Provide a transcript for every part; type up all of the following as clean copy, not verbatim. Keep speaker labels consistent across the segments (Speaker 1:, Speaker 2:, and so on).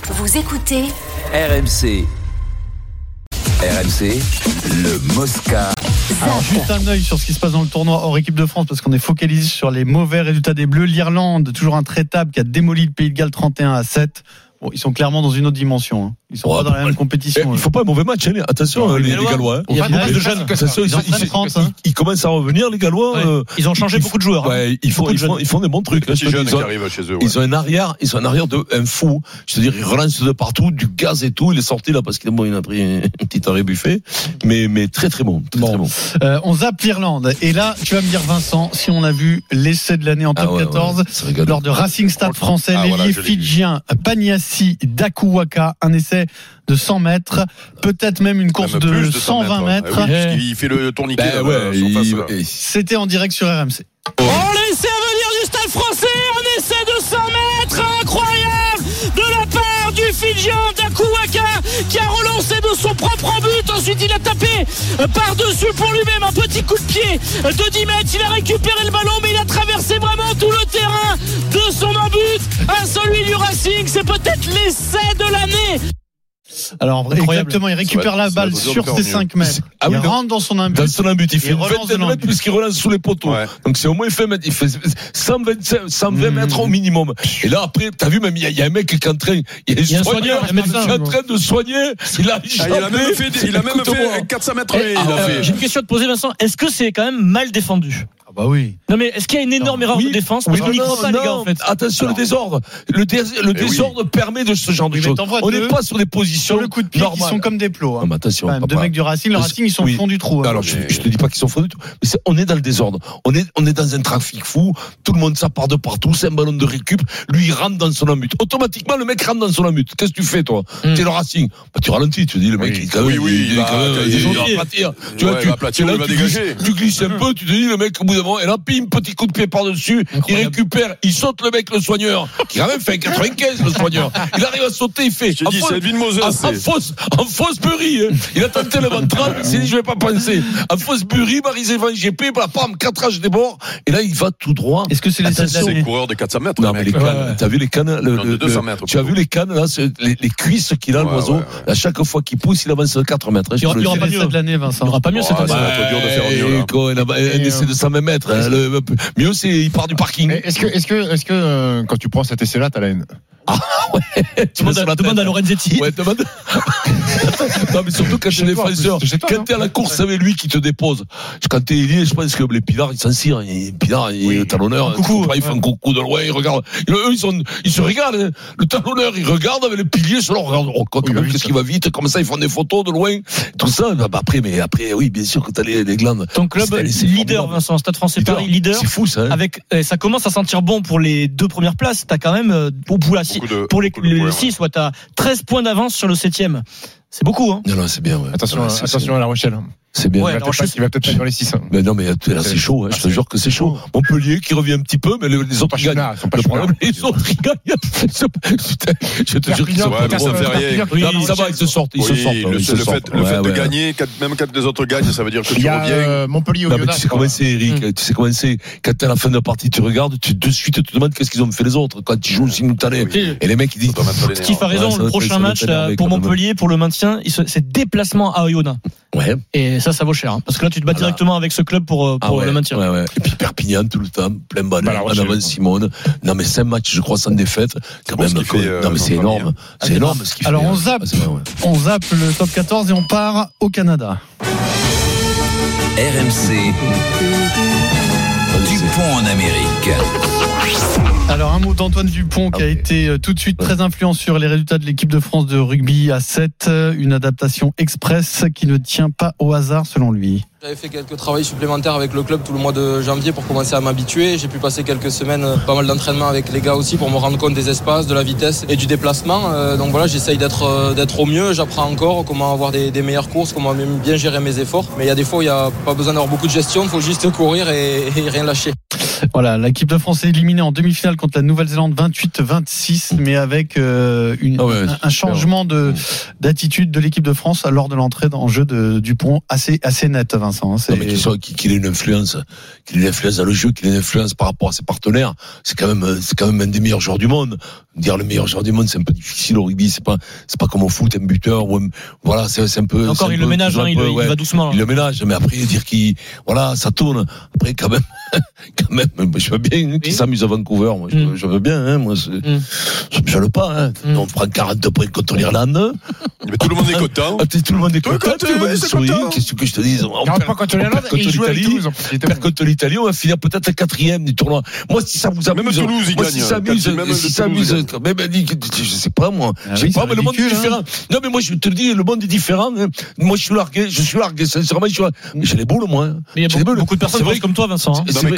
Speaker 1: Vous écoutez
Speaker 2: RMC. RMC, le Mosca.
Speaker 3: Alors juste un œil sur ce qui se passe dans le tournoi hors équipe de France parce qu'on est focalisé sur les mauvais résultats des Bleus. L'Irlande, toujours intraitable, qui a démoli le Pays de Galles 31-7. Bon, ils sont clairement dans une autre dimension. Ils sont pas dans la même compétition.
Speaker 4: Il faut pas un mauvais match. Attention, les Gallois.
Speaker 3: Il y a beaucoup de jeunes.
Speaker 4: Ils commencent à revenir, les Gallois.
Speaker 3: Ils ont changé beaucoup de joueurs.
Speaker 4: Ouais, ils font des bons trucs.
Speaker 5: Les jeunes qui arrivent chez eux.
Speaker 4: Ils ont un arrière de un fou. C'est-à-dire, ils relancent de partout, du gaz et tout. Il est sorti là parce qu'il a pris un petit arrêt buffet. Mais très très bon. Très bon.
Speaker 3: On zappe l'Irlande. Et là, tu vas me dire, Vincent, si on a vu l'essai de l'année en top 14 lors de Racing Stade français, l'ailier fidjien Paniassi Dakuwaka, un essai de 100 mètres, peut-être même une course de 120 mètres.
Speaker 5: Il fait le tourniquet.
Speaker 3: C'était en direct sur RMC.
Speaker 6: On l'essaie à venir du Stade français, un essai de 100 mètres incroyable de la part du Fidjien Dakuwaka qui a relancé de son propre but. Ensuite il a tapé par-dessus pour lui-même un petit coup de pied de 10 mètres. Il a récupéré le ballon mais il a traversé vraiment tout le terrain de son but à celui du Racing. C'est peut-être l'essai de l'année.
Speaker 3: Alors exactement, il récupère la balle sur ses 5 mètres. Il rentre dans son imbut.
Speaker 4: Il fait 29 mètres puisqu'il relance sous les poteaux. Ouais. Donc c'est au moins fait il fait 120 mètres au minimum. Et là après, t'as vu même il y a un mec qui est en train, il y a un soigneur qui est en train de soigner. Il a
Speaker 5: même fait 400 mètres.
Speaker 6: J'ai une question à te poser, Vincent. Est-ce que c'est quand même mal défendu?
Speaker 3: Bah oui.
Speaker 6: Non mais est-ce qu'il y a une énorme erreur de défense parce qu'on n'y croit pas les gars en fait.
Speaker 4: Attention, le désordre. Le désordre permet de ce genre de choses. On n'est pas sur des positions
Speaker 3: sur le coup de pied qui sont comme des plots.
Speaker 4: Non, mais attention.
Speaker 3: Deux mecs du Racing, le Racing ils sont au fond du trou.
Speaker 4: Alors je te dis pas qu'ils sont au fond du trou, mais on est dans le désordre. On est dans un trafic fou. Tout le monde ça part de partout. C'est un ballon de récup. Lui il rentre dans son but. Automatiquement le mec rentre dans son but. Qu'est-ce que tu fais toi? T'es le Racing. Bah tu ralentis. Tu dis le mec il va aplatir. Tu va dégager. Tu glisses un peu. Tu te dis le mec au bout d'un moment et là pim petit coup de pied par-dessus, il récupère, il saute le mec, le soigneur, qui a même fait 95, le soigneur. Il arrive à sauter, il fait.
Speaker 5: Je dis, c'est Edwin Moser.
Speaker 4: En fausse burie, hein. Il a tenté le ventral, il s'est dit, je vais pas penser. En fausse burie, Marie-Zévan GP, pam, 4 âges des bords, et là, il va tout droit.
Speaker 3: Est-ce que c'est les
Speaker 5: coureurs de 400 mètres?
Speaker 4: Non, mais les cannes, t'as vu les cannes,
Speaker 5: de 200 mètres.
Speaker 4: Tu as vu les cannes, là, les cuisses qu'il a, l'oiseau. À chaque fois qu'il pousse, il avance de 4 mètres.
Speaker 3: Il y aura pas mieux de l'année, Vincent. Il y aura pas mieux cette année.
Speaker 5: C'est dur de faire mieux.
Speaker 4: Un essai de 120 mètres. Mieux, c'est il part du parking.
Speaker 7: Est-ce que quand tu prends cet essai-là, t'as la haine?
Speaker 4: Ah ouais.
Speaker 6: Demande à Lorenzetti.
Speaker 4: Ouais, demande. Non, mais surtout quand t'es défenseur, quand t'es à la course avec lui qui te dépose. Quand t'es ailier, je pense que les Pilards, ils s'en cirent. Pilards, il est talonneur. Il fait un coucou de loin, il regarde. Eux, ils se regardent. Le talonneur, il regarde avec les piliers, selon regarde. Oh, qu'est-ce qui va vite? Comme ça, ils font des photos de loin. Tout ça. Après, oui, bien sûr que t'as les glandes.
Speaker 6: Ton club leader, Vincent, Stade français Paris, leader.
Speaker 4: C'est fou, ça.
Speaker 6: Avec, ça commence à sentir bon pour les 2 premières places. T'as quand même, pour les 6, t'as 13 points d'avance sur le 7e. C'est beaucoup, hein.
Speaker 4: Non, c'est bien, ouais.
Speaker 7: Attention à La Rochelle.
Speaker 4: C'est bien.
Speaker 7: Il va peut-être mettre dans les 6.
Speaker 4: Mais non, mais là, c'est chaud, hein. Je te jure que c'est chaud. Montpellier qui revient un petit peu, mais les autres gagnent. Le problème, les autres, ils gagnent. Je te jure qu'ils sont pas ça va, ils se sortent.
Speaker 5: Le fait de gagner, même quand les autres gagnent, ça veut dire que tu reviens.
Speaker 7: Montpellier au Lyonnais.
Speaker 4: Tu sais comment c'est, Eric. Tu sais comment c'est. Quand t'es à la fin de la partie, tu regardes, de suite, tu te demandes qu'est-ce qu'ils ont fait les autres. Quand ils jouent simultané. Et les mecs, ils disent.
Speaker 6: Steve a raison, le prochain match, pour Montpellier, pour le maintien, c'est déplacement à Oyonnax.
Speaker 4: Ouais.
Speaker 6: Et ça vaut cher. Parce que là, tu te bats directement avec ce club pour le maintien.
Speaker 4: Ouais. Et puis Perpignan, tout le temps, plein balai, en avant Simone. Non, mais 5 matchs, je crois, sans défaite. Quand même, non, mais c'est énorme. C'est énorme ce qu'il fait.
Speaker 3: Alors, on zappe le top 14 et on part au Canada.
Speaker 2: RMC. Dupont en Amérique.
Speaker 3: Alors un mot d'Antoine Dupont qui a été tout de suite très influent sur les résultats de l'équipe de France de rugby à 7, une adaptation express qui ne tient pas au hasard selon lui.
Speaker 8: J'avais fait quelques travaux supplémentaires avec le club tout le mois de janvier pour commencer à m'habituer. J'ai pu passer quelques semaines, pas mal d'entraînement avec les gars aussi pour me rendre compte des espaces, de la vitesse et du déplacement. Donc voilà, j'essaye d'être au mieux. J'apprends encore comment avoir des meilleures courses, comment bien gérer mes efforts. Mais il y a des fois où il n'y a pas besoin d'avoir beaucoup de gestion, il faut juste courir et rien lâcher.
Speaker 3: Voilà, l'équipe de France est éliminée en demi-finale contre la Nouvelle-Zélande 28-26, mais avec un changement d'attitude de l'équipe de France lors de l'entrée en jeu de Dupont assez net, Vincent.
Speaker 4: Non, mais qu'il ait une influence dans le jeu, qu'il ait une influence par rapport à ses partenaires, c'est quand même un des meilleurs joueurs du monde. Dire le meilleur joueur du monde, c'est un peu difficile au rugby, c'est pas comme au foot, un buteur voilà, c'est un peu.
Speaker 6: Encore il le ménage, il va doucement.
Speaker 4: Il le ménage, mais après dire ça tourne. Après quand même, je veux bien qu'il s'amuse à Vancouver. Moi, je veux bien. Moi, je me gêne pas. On prend 40 points contre l'Irlande.
Speaker 5: Mais tout le monde est content.
Speaker 4: Tout le monde est content. Tout le monde est souri. Qu'est-ce que je te dis? On perd contre l'Irlande et il joue avec Toulouse. On perd contre l'Italie. On va finir peut-être 4e du tournoi. Moi, si ça vous amuse,
Speaker 5: même Toulouse, il gagne.
Speaker 4: Si ça amuse, je sais pas moi. Je sais pas, mais le monde est différent. Non, mais moi, je te le dis, le monde est différent. Moi, je suis largué. Sincèrement, j'ai les boules, moi.
Speaker 6: Mais il y a beaucoup de personnes comme toi, Vincent.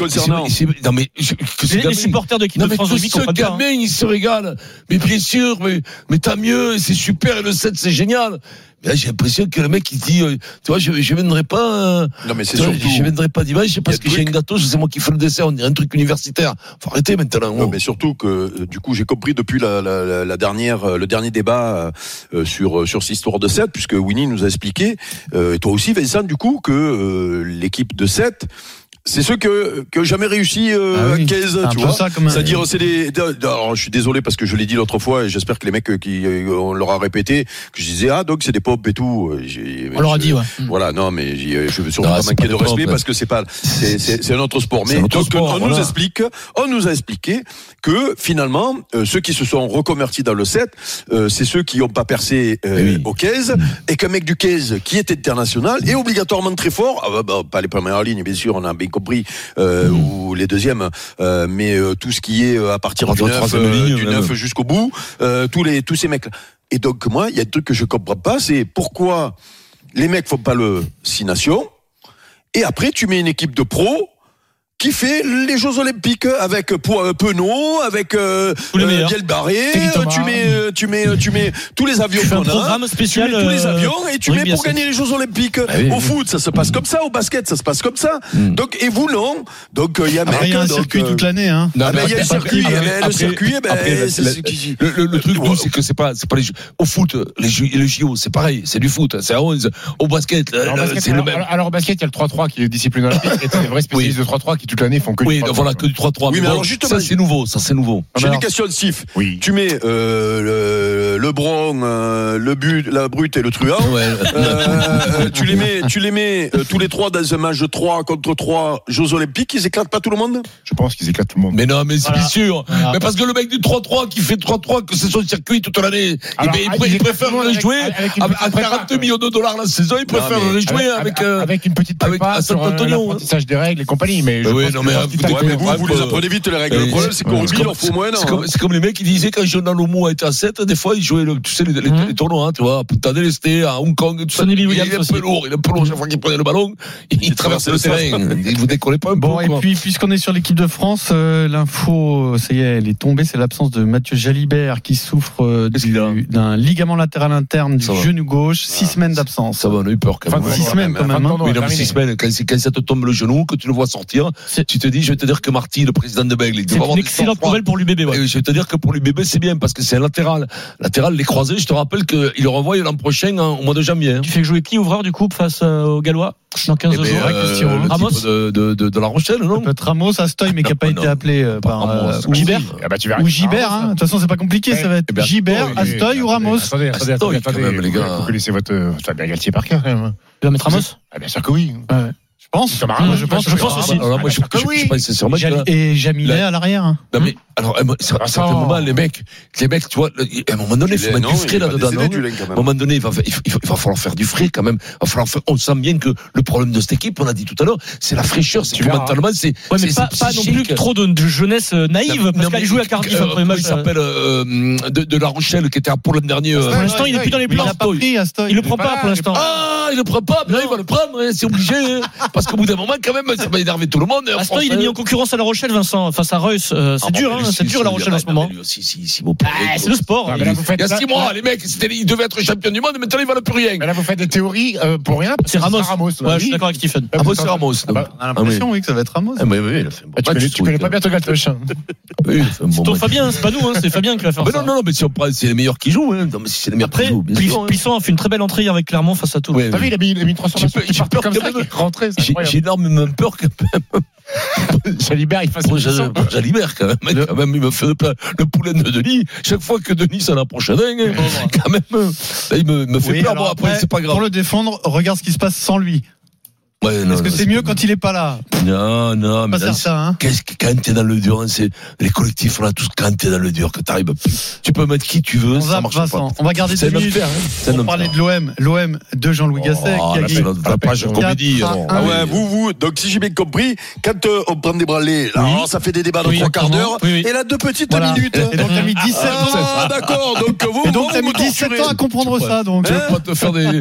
Speaker 6: Les supporters de l'équipe de France
Speaker 4: rugby, ce gamin, il se régale. Mais bien sûr, mais tant mieux, c'est super, et le 7, c'est génial. Mais là, j'ai l'impression que le mec, il dit, tu vois, je viendrai pas,
Speaker 5: non, mais c'est surtout,
Speaker 4: je viendrai pas dimanche parce que j'ai un gâteau, c'est moi qui fais le dessert, on dirait un truc universitaire. Faut arrêter maintenant.
Speaker 5: Non, mais surtout que, du coup, j'ai compris depuis le dernier débat, sur cette histoire de 7, puisque Winnie nous a expliqué, et toi aussi, Vincent, du coup, que, l'équipe de 7, c'est ceux que jamais réussi à 15, tu vois. C'est-à-dire, alors, je suis désolé parce que je l'ai dit l'autre fois et j'espère que les mecs on leur a répété que je disais donc c'est des pompes et tout.
Speaker 6: On leur a dit, ouais.
Speaker 5: Voilà, non, mais je veux surtout pas manquer de respect parce que c'est un autre sport. Mais donc on nous a expliqué que finalement ceux qui se sont reconvertis dans le 7, c'est ceux qui n'ont pas percé au 15 et qu'un mec du 15 qui est international est obligatoirement très fort. Pas les premières lignes, bien sûr, on a bien compris, ou les deuxièmes, mais tout ce qui est à partir du 9 jusqu'au bout, tous ces mecs-là. Et donc moi, il y a un truc que je comprends pas, c'est pourquoi les mecs font pas le 6 nations, et après tu mets une équipe de pros qui fait les Jeux Olympiques avec Penaud, avec Bielbarré, tu mets tous les avions qu'on a,
Speaker 6: programme spécial,
Speaker 5: tu mets tous les avions et tu mets pour gagner les Jeux Olympiques. Au foot, ça se passe comme ça, au basket, ça se passe comme ça. Donc et vous non. Donc il y a
Speaker 3: un circuit toute l'année hein.
Speaker 5: Il y a le circuit,
Speaker 4: le truc c'est que c'est pas les jeux. Au foot, les JO, c'est pareil, c'est du foot, c'est à 11. Au basket, c'est le même.
Speaker 7: Alors au basket, il y a le 3-3 qui est discipline olympique et t'as des vrais spécialistes de 3-3 qui toute l'année font que du 3-3.
Speaker 4: Voilà, que du 3-3.
Speaker 5: Oui, mais alors justement,
Speaker 4: ça c'est nouveau.
Speaker 5: J'ai une question de Sif.
Speaker 7: Oui.
Speaker 5: Tu mets le bron, le but, la brute et le truand. Tu les mets tous les trois dans un match de 3 contre 3 Jeux Olympiques, ils éclatent pas tout le monde?
Speaker 7: Je pense qu'ils éclatent tout le monde.
Speaker 4: Mais non, mais c'est bien sûr. Mais parce que le mec du 3-3 qui fait 3-3, que c'est son circuit toute l'année, il préfère jouer à 42 millions de dollars la saison, il préfère jouer
Speaker 7: avec une petite prépa sur l'apprentissage des règles et compagnie. Mais
Speaker 5: vous les apprenez vite les règles. Le problème, c'est qu'au rugby, il en faut moins.
Speaker 4: C'est comme les mecs qui disaient quand Jonathan Lomo a été à 7, des fois, ils jouaient les tournois, tu vois, à Punta del Este, à Hong Kong, tout ça. Il est un peu lourd, chaque fois qu'il prenait le ballon, il traversait le terrain. Vous décollez pas un peu.
Speaker 3: Bon, et puis, puisqu'on est sur l'équipe de France, l'info, ça y est, elle est tombée, c'est l'absence de Mathieu Jalibert qui souffre d'un ligament latéral interne du genou gauche, 6 semaines d'absence.
Speaker 4: Ça va, on a eu peur quand même.
Speaker 3: 6 semaines quand même.
Speaker 4: Oui, non, 6 semaines, quand ça te tombe le genou, que tu le vois sortir, tu te dis, je vais te dire que Marty, le président de Bègle,
Speaker 6: c'est une excellente nouvelle pour l'UBB.
Speaker 4: Je vais te dire que pour l'UBB, c'est bien parce que c'est un latéral. Latéral, les croisés, je te rappelle qu'il le revoit l'an prochain au mois de janvier.
Speaker 6: Tu fais jouer qui ouvreur du coup face aux Gallois dans 15 jours?
Speaker 4: Ramos de La Rochelle, non?
Speaker 3: Peut-être Ramos, Astoy, mais qui n'a pas été appelé par Gibert. Ou Gibert, hein. De toute façon, c'est pas compliqué, ça va être Gibert, Astoy ou Ramos.
Speaker 7: Attendez,
Speaker 4: quand même, les gars.
Speaker 7: Vous connaissez votre Fabien Galtier par cœur, quand même.
Speaker 6: Tu vas mettre Ramos?
Speaker 7: Bien sûr que oui.
Speaker 3: Je pense aussi.
Speaker 4: Alors moi, je pense c'est sûrement
Speaker 3: et Jamilet à l'arrière.
Speaker 4: Non mais alors à un certain moment les mecs, tu vois, à un moment donné, il faut mettre du frais là-dedans. À un moment donné, il va falloir faire du frais quand même. On sent bien que le problème de cette équipe, on a dit tout à l'heure, c'est la fraîcheur, c'est mentalement, c'est
Speaker 6: mais pas non plus trop de jeunesse naïve parce qu'elle joue à Cardiff après le match.
Speaker 4: Il s'appelle de La Rochelle qui était à Pau l'an dernier.
Speaker 6: Pour l'instant, il est plus dans les plans.
Speaker 3: Il a pas pris Astoy.
Speaker 6: Il le prend pas pour l'instant.
Speaker 4: Ah, il le prend pas, mais là il va le prendre, c'est obligé. Parce qu'au bout d'un moment, quand même, ça va énerver tout le monde.
Speaker 6: Aston, il est mis en concurrence à La Rochelle, Vincent, face à Reus. C'est dur, hein, c'est dur La Rochelle en ce moment. C'est le sport.
Speaker 7: Il
Speaker 4: y a 6 mois, les mecs, ils devaient être champions du monde, et maintenant ils ne valent plus rien.
Speaker 7: Mais là, vous faites des théories pour rien.
Speaker 6: C'est Ramos. Ouais, je suis d'accord avec Stephen.
Speaker 4: C'est Ramos.
Speaker 3: On a l'impression, oui, que ça va être Ramos.
Speaker 7: Tu connais pas bien ton Galtoche.
Speaker 4: Oui,
Speaker 6: c'est ton Fabien, c'est pas nous, c'est Fabien qui va faire ça.
Speaker 4: Non, mais si on prend, c'est les meilleurs qui jouent. C'est les meilleurs qui jouent.
Speaker 6: Puissant a fait une très belle entrée avec Clermont face à Toulouse.
Speaker 7: T'as vu, il a mis une transformation.
Speaker 4: J'ai peur comme ça. J'ai énormément peur que
Speaker 7: Jalibert, il fasse
Speaker 4: Jalibert, quand même, il me fait le poulet de Denis. Chaque fois que Denis s'en approche d'un, quand même, il me fait peur. Bon, après, c'est pas grave.
Speaker 3: Pour le défendre, regarde ce qui se passe sans lui. Est-ce que c'est mieux quand il est pas là?
Speaker 4: Non, mais
Speaker 3: ça, hein.
Speaker 4: Quand t'es dans le dur, c'est les collectifs là, tous quand t'es dans le dur, que t'arrives, tu peux mettre qui tu veux, ça marche pas.
Speaker 3: On va garder 2 minutes pour parler de l'OM de Jean-Louis Gasset qui a gagné
Speaker 4: la page de comédie.
Speaker 5: Ah ouais, vous, donc si j'ai bien compris, quand on prend des branlés, là, ça fait des débats de 3 quarts d'heure, et là 2 petites minutes.
Speaker 3: Et donc t'as mis 17 ans.
Speaker 5: Ah d'accord, donc vous.
Speaker 3: Et donc t'as mis 17 ans à comprendre ça, donc.
Speaker 4: Tu veux pas te faire des.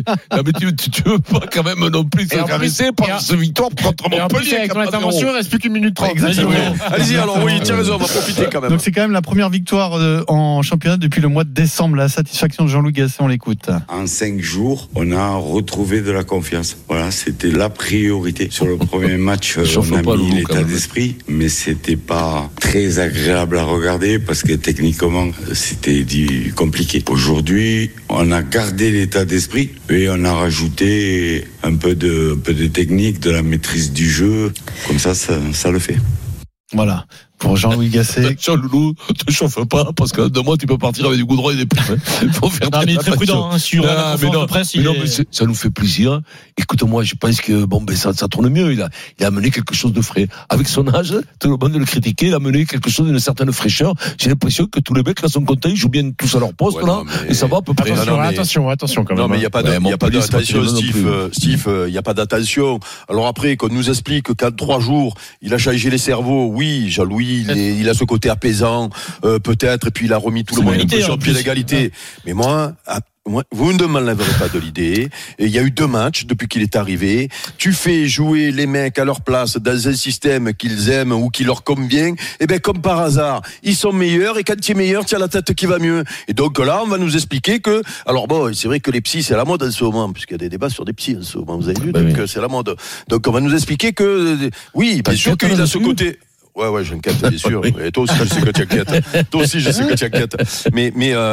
Speaker 4: Tu veux pas quand même non plus te caresser par cette victoire contre Montpellier.
Speaker 7: Avec ton intervention, il reste plus qu'une minute 30.
Speaker 5: Allez-y, alors oui, tiens raison, on va profiter quand même.
Speaker 3: Donc c'est quand même la première victoire en championnat depuis le mois de décembre. La satisfaction de Jean-Louis Gasset, on l'écoute.
Speaker 1: En 5 jours, on a retrouvé de la confiance. Voilà, c'était la priorité. Sur le premier match, on a mis l'état d'esprit, mais c'était pas très agréable à regarder parce que techniquement, c'était compliqué. Aujourd'hui, on a gardé l'état d'esprit et on a rajouté un peu de technique, de la maîtrise du jeu. Comme ça le fait.
Speaker 3: Voilà. Pour Jean-Louis Gasset.
Speaker 4: Jean-Loulou, te chauffe pas, parce que de moi, tu peux partir avec du goudron et des plumes. Faut faire
Speaker 6: mais il est très prudent, sur la conférence de presse.
Speaker 4: Ça nous fait plaisir. Écoute-moi, je pense que, ça tourne mieux. Il a amené quelque chose de frais. Avec son âge, tout le monde de le critiquer, il a amené quelque chose d'une certaine fraîcheur. J'ai l'impression que tous les mecs, là, sont contents, ils jouent bien tous à leur poste, là. Et ça va à peu près.
Speaker 7: Attention, quand même.
Speaker 5: Non, mais il n'y a pas d'attention, Steve, il n'y a pas d'attention. Alors après, qu'on nous explique qu'en 3 jours, il a changé les cerveaux. Oui, Jean-Louis, il a ce côté apaisant, peut-être, et puis il a remis tout le monde sur pied d'égalité. Mais moi, vous ne m'enlèverez pas de l'idée. Il y a eu 2 matchs depuis qu'il est arrivé. Tu fais jouer les mecs à leur place dans un système qu'ils aiment ou qui leur convient. Et ben comme par hasard, ils sont meilleurs. Et quand tu es meilleur, tu as la tête qui va mieux. Et donc là, on va nous expliquer que. Alors bon, c'est vrai que les psys, c'est la mode en ce moment, puisqu'il y a des débats sur des psys en ce moment. Vous avez vu, donc c'est la mode. Donc on va nous expliquer que oui, bien sûr qu'il a ce côté. Ouais, j'inquiète, bien sûr. Et toi aussi, je sais que tu inquiètes. Mais,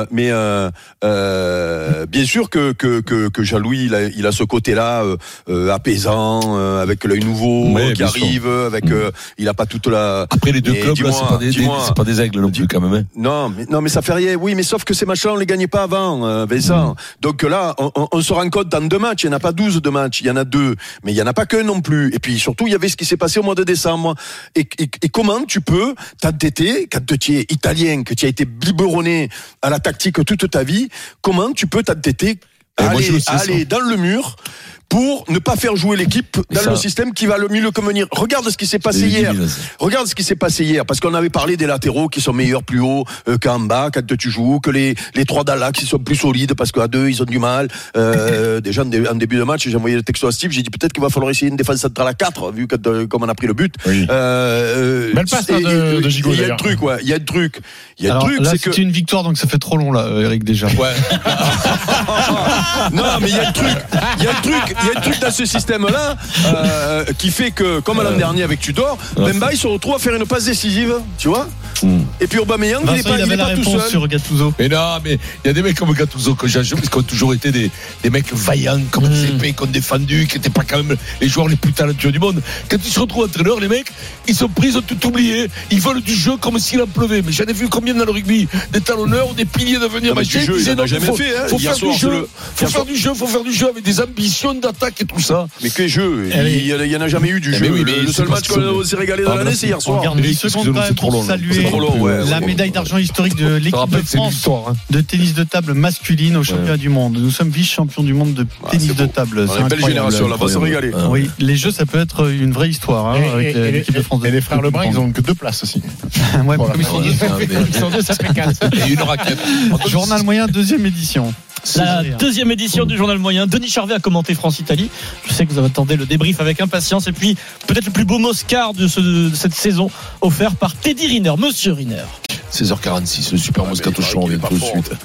Speaker 5: bien sûr que Jean-Louis, il a ce côté-là, apaisant, avec l'œil nouveau, qui arrive, avec, il a pas toute la.
Speaker 4: Après, les 2 clubs, là, c'est pas des aigles non plus, quand même, hein.
Speaker 5: Non, mais ça fait rien. Oui, mais sauf que ces matchs-là, on les gagnait pas avant, Vincent. Donc là, on se rend compte, dans 2 matchs, il n'y en a pas 12 de matchs, il y en a 2. Mais il n'y en a pas qu'un non plus. Et puis, surtout, il y avait ce qui s'est passé au mois de décembre. Et comment tu peux t'entêter, quand tu es italien, que tu as été biberonné à la tactique toute ta vie, comment tu peux t'entêter à aller dans le mur pour ne pas faire jouer l'équipe dans le système qui va le mieux le convenir. Regarde ce qui s'est passé hier. Parce qu'on avait parlé des latéraux qui sont meilleurs plus haut qu'en bas quand tu joues, que les 3 dans l'axe qui sont plus solides parce qu'à 2 ils ont du mal. Déjà en début de match, j'ai envoyé le texto à Steve, j'ai dit peut-être qu'il va falloir essayer une défense centrale à 4 vu comme on a pris le but.
Speaker 7: Oui. Belle passe de Gigot.
Speaker 5: Il y a un truc,
Speaker 3: là, c'est une victoire, donc ça fait trop long là, Eric, déjà.
Speaker 5: Ouais. Non, mais il y a un truc dans ce système-là qui fait que, comme l'an dernier avec Tudor, Bemba il se retrouve à faire une passe décisive, tu vois. Et puis Aubameyang, il n'est pas tout seul.
Speaker 3: Sur Gattuso.
Speaker 4: Mais non, mais il y a des mecs comme Gattuso que j'aime, parce qu'ils ont toujours été des mecs vaillants, comme CP, qui ont défendu, qui n'étaient pas quand même les joueurs les plus talentueux du monde. Quand ils se retrouvent entraîneurs, les mecs, ils sont pris, ils ont tout oublié. Ils veulent du jeu comme s'il en pleuvait. Mais j'en ai vu combien dans le rugby, des talonneurs ou des piliers de venir.
Speaker 5: Du jeu, il n'a jamais fait.
Speaker 4: Faut faire du jeu. Faut faire du jeu avec des ambitions d'attaque et tout ça.
Speaker 5: Mais quel jeu? Il n'y en a jamais eu du jeu. Le seul match qu'on s'est régalé dans l'année, c'est hier soir.
Speaker 3: On garde 10 secondes quand même pour saluer la médaille d'argent historique de l'équipe de France de tennis de table masculine au championnat du monde. Nous sommes vice-champions du monde de tennis de table.
Speaker 5: C'est une belle génération, là, on va se régaler.
Speaker 3: Oui, les jeux, ça peut être une vraie histoire avec l'équipe de France.
Speaker 7: Et les frères Lebrun, ils ont que 2 places aussi.
Speaker 3: Ouais, comme ils sont 2, ça fait 4.
Speaker 4: Et une raquette.
Speaker 3: Journal moyen, 2e édition.
Speaker 6: La deuxième édition du Journal Moyen. Denis Charvet a commenté France-Italie. Je sais que vous attendez le débrief avec impatience. Et puis, peut-être le plus beau Moscar de cette saison, offert par Teddy Riner. Monsieur Riner.
Speaker 4: 16h46, le Super Moscato Show, on vient tout de suite.